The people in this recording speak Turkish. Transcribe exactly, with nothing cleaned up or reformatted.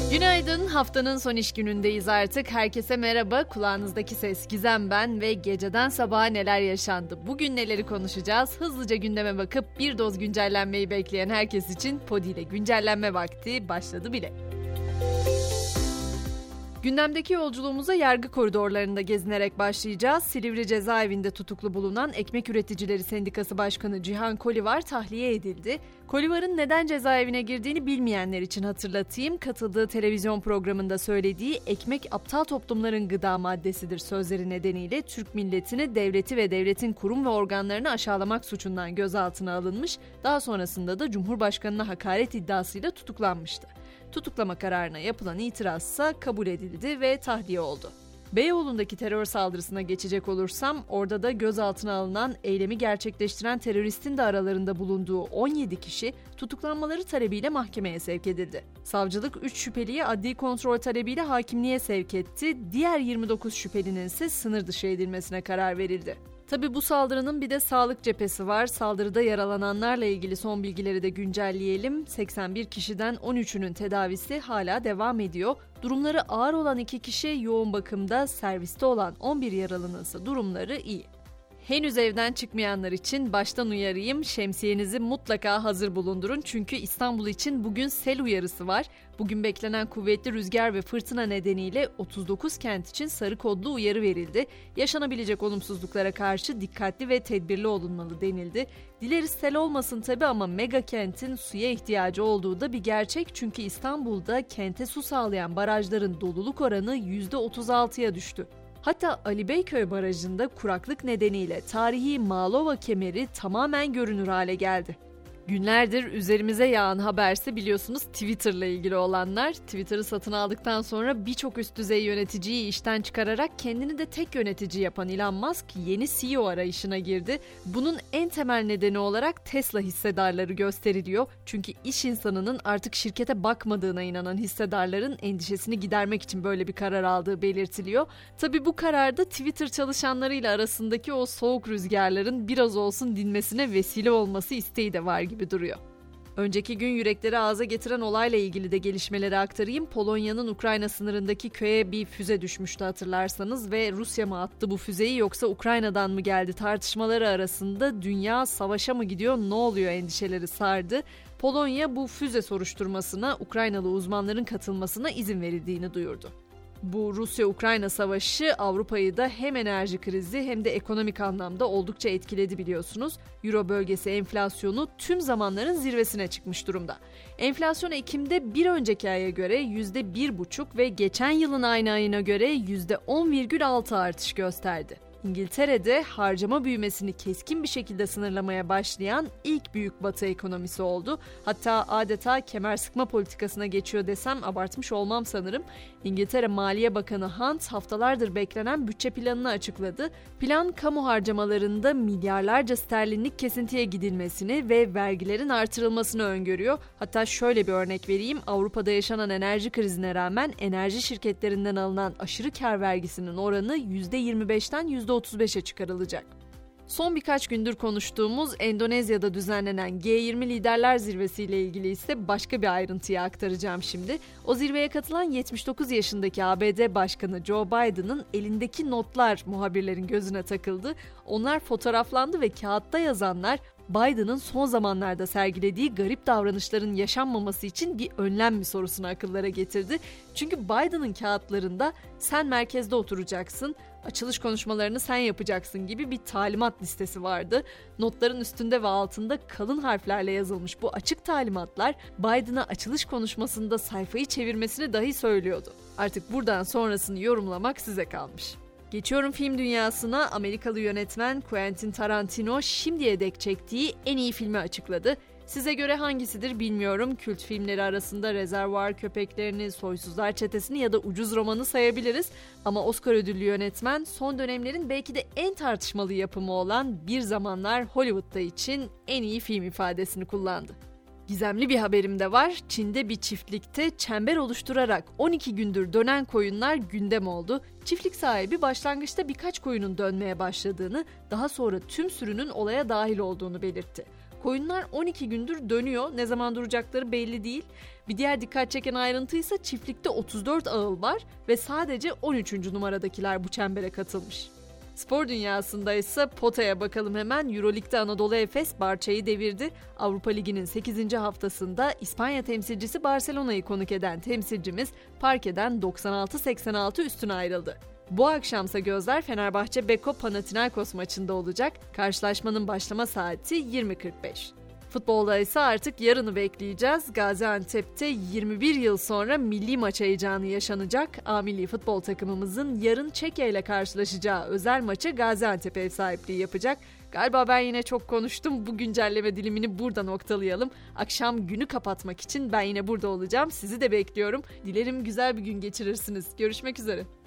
Günaydın, haftanın son iş günündeyiz artık. Herkese merhaba, kulağınızdaki ses Gizem ben ve geceden sabaha neler yaşandı? Bugün neleri konuşacağız? Hızlıca gündeme bakıp bir doz güncellenmeyi bekleyen herkes için Podi ile güncellenme vakti başladı bile. Gündemdeki yolculuğumuza yargı koridorlarında gezinerek başlayacağız. Silivri cezaevinde tutuklu bulunan Ekmek Üreticileri Sendikası Başkanı Cihan Kolivar tahliye edildi. Kolivar'ın neden cezaevine girdiğini bilmeyenler için hatırlatayım. Katıldığı televizyon programında söylediği "ekmek aptal toplumların gıda maddesidir" sözleri nedeniyle Türk milletini, devleti ve devletin kurum ve organlarını aşağılamak suçundan gözaltına alınmış. Daha sonrasında da Cumhurbaşkanı'na hakaret iddiasıyla tutuklanmıştı. Tutuklama kararına yapılan itirazsa kabul edildi ve tahliye oldu. Beyoğlu'ndaki terör saldırısına geçecek olursam, orada da gözaltına alınan, eylemi gerçekleştiren teröristin de aralarında bulunduğu on yedi kişi tutuklanmaları talebiyle mahkemeye sevk edildi. Savcılık üç şüpheliyi adli kontrol talebiyle hakimliğe sevk etti, diğer yirmi dokuz şüphelinin ise sınır dışı edilmesine karar verildi. Tabii bu saldırının bir de sağlık cephesi var. Saldırıda yaralananlarla ilgili son bilgileri de güncelleyelim. seksen bir kişiden on üçünün tedavisi hala devam ediyor. Durumları ağır olan iki kişi yoğun bakımda, serviste olan on bir yaralının ise durumları iyi. Henüz evden çıkmayanlar için baştan uyarayım, şemsiyenizi mutlaka hazır bulundurun çünkü İstanbul için bugün sel uyarısı var. Bugün beklenen kuvvetli rüzgar ve fırtına nedeniyle otuz dokuz kent için sarı kodlu uyarı verildi. Yaşanabilecek olumsuzluklara karşı dikkatli ve tedbirli olunmalı denildi. Dileriz sel olmasın tabii ama mega kentin suya ihtiyacı olduğu da bir gerçek çünkü İstanbul'da kente su sağlayan barajların doluluk oranı yüzde otuz altıya düştü. Hatta Ali Beyköy Barajı'nda kuraklık nedeniyle tarihi Mağlova kemeri tamamen görünür hale geldi. Günlerdir üzerimize yağan haberse biliyorsunuz Twitter'la ilgili olanlar. Twitter'ı satın aldıktan sonra birçok üst düzey yöneticiyi işten çıkararak kendini de tek yönetici yapan Elon Musk yeni C E O arayışına girdi. Bunun en temel nedeni olarak Tesla hissedarları gösteriliyor. Çünkü iş insanının artık şirkete bakmadığına inanan hissedarların endişesini gidermek için böyle bir karar aldığı belirtiliyor. Tabii bu kararda Twitter çalışanlarıyla arasındaki o soğuk rüzgarların biraz olsun dinmesine vesile olması isteği de var gibi duruyor. Önceki gün yürekleri ağza getiren olayla ilgili de gelişmeleri aktarayım. Polonya'nın Ukrayna sınırındaki köye bir füze düşmüştü hatırlarsanız ve Rusya mı attı bu füzeyi yoksa Ukrayna'dan mı geldi tartışmaları arasında dünya savaşa mı gidiyor, ne oluyor endişeleri sardı. Polonya bu füze soruşturmasına Ukraynalı uzmanların katılmasına izin verildiğini duyurdu. Bu Rusya-Ukrayna savaşı Avrupa'yı da hem enerji krizi hem de ekonomik anlamda oldukça etkiledi biliyorsunuz. Euro bölgesi enflasyonu tüm zamanların zirvesine çıkmış durumda. Enflasyon Ekim'de bir önceki aya göre yüzde bir buçuk ve geçen yılın aynı ayına göre yüzde on virgül altı artış gösterdi. İngiltere'de harcama büyümesini keskin bir şekilde sınırlamaya başlayan ilk büyük batı ekonomisi oldu. Hatta adeta kemer sıkma politikasına geçiyor desem abartmış olmam sanırım. İngiltere Maliye Bakanı Hunt haftalardır beklenen bütçe planını açıkladı. Plan kamu harcamalarında milyarlarca sterlinlik kesintiye gidilmesini ve vergilerin artırılmasını öngörüyor. Hatta şöyle bir örnek vereyim. Avrupa'da yaşanan enerji krizine rağmen enerji şirketlerinden alınan aşırı kar vergisinin oranı yüzde yirmi beşten yüzde otuz beşe çıkarılacak. Son birkaç gündür konuştuğumuz Endonezya'da düzenlenen G yirmi Liderler Zirvesi ile ilgili ise başka bir ayrıntıyı aktaracağım şimdi. O zirveye katılan yetmiş dokuz yaşındaki A B D Başkanı Joe Biden'ın elindeki notlar muhabirlerin gözüne takıldı. Onlar fotoğraflandı ve kağıtta yazanlar Biden'ın son zamanlarda sergilediği garip davranışların yaşanmaması için bir önlem mi sorusunu akıllara getirdi. Çünkü Biden'ın kağıtlarında sen merkezde oturacaksın, açılış konuşmalarını sen yapacaksın gibi bir talimat listesi vardı. Notların üstünde ve altında kalın harflerle yazılmış bu açık talimatlar Biden'a açılış konuşmasında sayfayı çevirmesini dahi söylüyordu. Artık buradan sonrasını yorumlamak size kalmış. Geçiyorum film dünyasına. Amerikalı yönetmen Quentin Tarantino şimdiye dek çektiği en iyi filmi açıkladı. Size göre hangisidir bilmiyorum. Kült filmleri arasında Rezervuar Köpeklerini, Soysuzlar Çetesi'ni ya da Ucuz Roman'ı sayabiliriz. Ama Oscar ödüllü yönetmen son dönemlerin belki de en tartışmalı yapımı olan Bir Zamanlar Hollywood'da için en iyi film ifadesini kullandı. Gizemli bir haberim de var. Çin'de bir çiftlikte çember oluşturarak on iki gündür dönen koyunlar gündem oldu. Çiftlik sahibi başlangıçta birkaç koyunun dönmeye başladığını, daha sonra tüm sürünün olaya dahil olduğunu belirtti. Koyunlar on iki gündür dönüyor. Ne zaman duracakları belli değil. Bir diğer dikkat çeken ayrıntı ise çiftlikte otuz dört ağıl var ve sadece on üçüncü numaradakiler bu çembere katılmış. Spor dünyasında ise potaya bakalım hemen. Euroleague'de Anadolu Efes Barça'yı devirdi. Avrupa Ligi'nin sekizinci haftasında İspanya temsilcisi Barcelona'yı konuk eden temsilcimiz parkeden doksan altı seksen altı üstüne ayrıldı. Bu akşamsa gözler Fenerbahçe Beko Panathinaikos maçında olacak. Karşılaşmanın başlama saati yirmi kırk beş. Futbolda ise artık yarını bekleyeceğiz. Gaziantep'te yirmi bir yıl sonra milli maç heyecanı yaşanacak. A milli futbol takımımızın yarın Çekya ile karşılaşacağı özel maça Gaziantep ev sahipliği yapacak. Galiba ben yine çok konuştum. Bu güncelleme dilimini burada noktalayalım. Akşam günü kapatmak için ben yine burada olacağım. Sizi de bekliyorum. Dilerim güzel bir gün geçirirsiniz. Görüşmek üzere.